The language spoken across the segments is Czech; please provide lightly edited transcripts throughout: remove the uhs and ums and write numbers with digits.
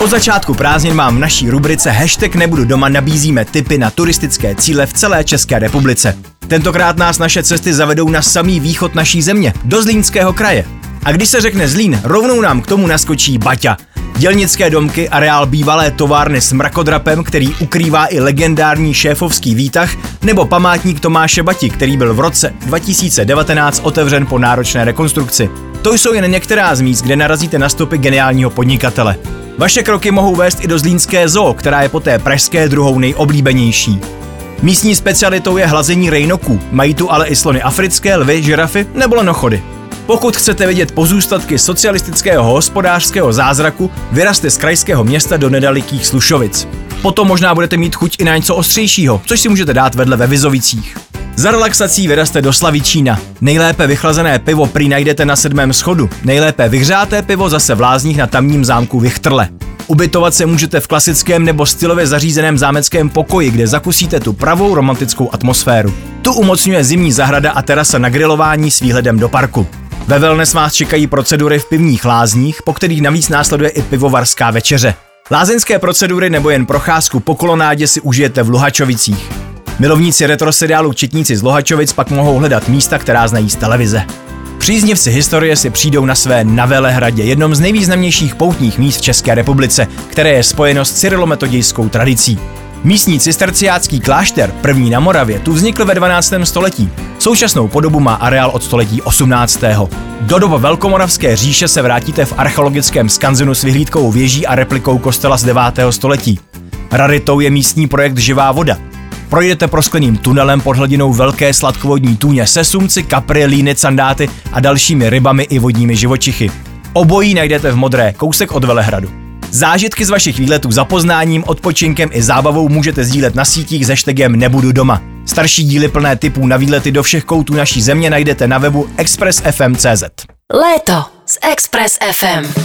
Od začátku prázdnin vám v naší rubrice Hashtag nebudu doma nabízíme tipy na turistické cíle v celé České republice. Tentokrát nás naše cesty zavedou na samý východ naší země, do Zlínského kraje. A když se řekne Zlín, rovnou nám k tomu naskočí Baťa. Dělnické domky, areál bývalé továrny s mrakodrapem, který ukrývá i legendární šéfovský výtah, nebo památník Tomáše Bati, který byl v roce 2019 otevřen po náročné rekonstrukci. To jsou jen některá z míst, kde narazíte na stopy geniálního podnikatele. Vaše kroky mohou vést i do zlínské zoo, která je po té pražské druhou nejoblíbenější. Místní specialitou je hlazení rejnoků, mají tu ale i slony africké, lvy, žirafy nebo lenochody. Pokud chcete vidět pozůstatky socialistického hospodářského zázraku, vyrazte z krajského města do nedalekých Slušovic. Potom možná budete mít chuť i na něco ostřejšího, což si můžete dát vedle ve Vizovicích. Za relaxací vyrazte do Slavičína. Nejlépe vychlazené pivo prý najdete na 7. schodu, nejlépe vyhřáté pivo zase v Lázních na tamním zámku Vichtrle. Ubytovat se můžete v klasickém nebo stylově zařízeném zámeckém pokoji, kde zakusíte tu pravou romantickou atmosféru. Tu umocňuje zimní zahrada a terasa na grilování s výhledem do parku. Ve wellness vás čekají procedury v pivních lázních, po kterých navíc následuje i pivovarská večeře. Lázeňské procedury nebo jen procházku po kolonádě si užijete v Luhačovicích. Milovníci retro seriálu Četníci z Luhačovic pak mohou hledat místa, která znají z televize. Příznivci historie si přijdou na své na Velehradě, jednom z nejvýznamnějších poutních míst v České republice, které je spojeno s cyrilometodějskou tradicí. Místní cisterciácký klášter, první na Moravě, tu vznikl ve 12. století. Současnou podobu má areál od století 18. Do doby Velkomoravské říše se vrátíte v archeologickém skanzenu s vyhlídkovou věží a replikou kostela z 9. století. Raritou je místní projekt Živá voda. Projdete proskleným tunelem pod hladinou velké sladkovodní tůně se sumci, kapry, líny, candáty a dalšími rybami i vodními živočichy. Obojí najdete v Modré, kousek od Velehradu. Zážitky z vašich výletů za poznáním, odpočinkem i zábavou můžete sdílet na sítích s hashtagem Nebudu doma. Starší díly plné tipů na výlety do všech koutů naší země najdete na webu expressfm.cz. Léto s Express FM.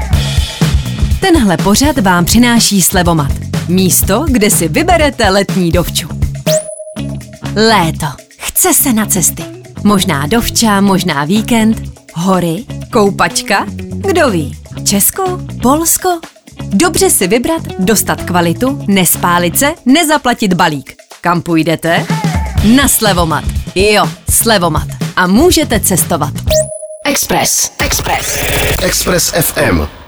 Tenhle pořad vám přináší Slevomat. Místo, kde si vyberete letní dovču. Léto. Chce se na cesty. Možná dovča, možná víkend. Hory, koupačka, kdo ví. Česko, Polsko. Dobře si vybrat, dostat kvalitu, nespálit se, nezaplatit balík. Kam půjdete? Na Slevomat. Jo, Slevomat. A můžete cestovat. Express FM.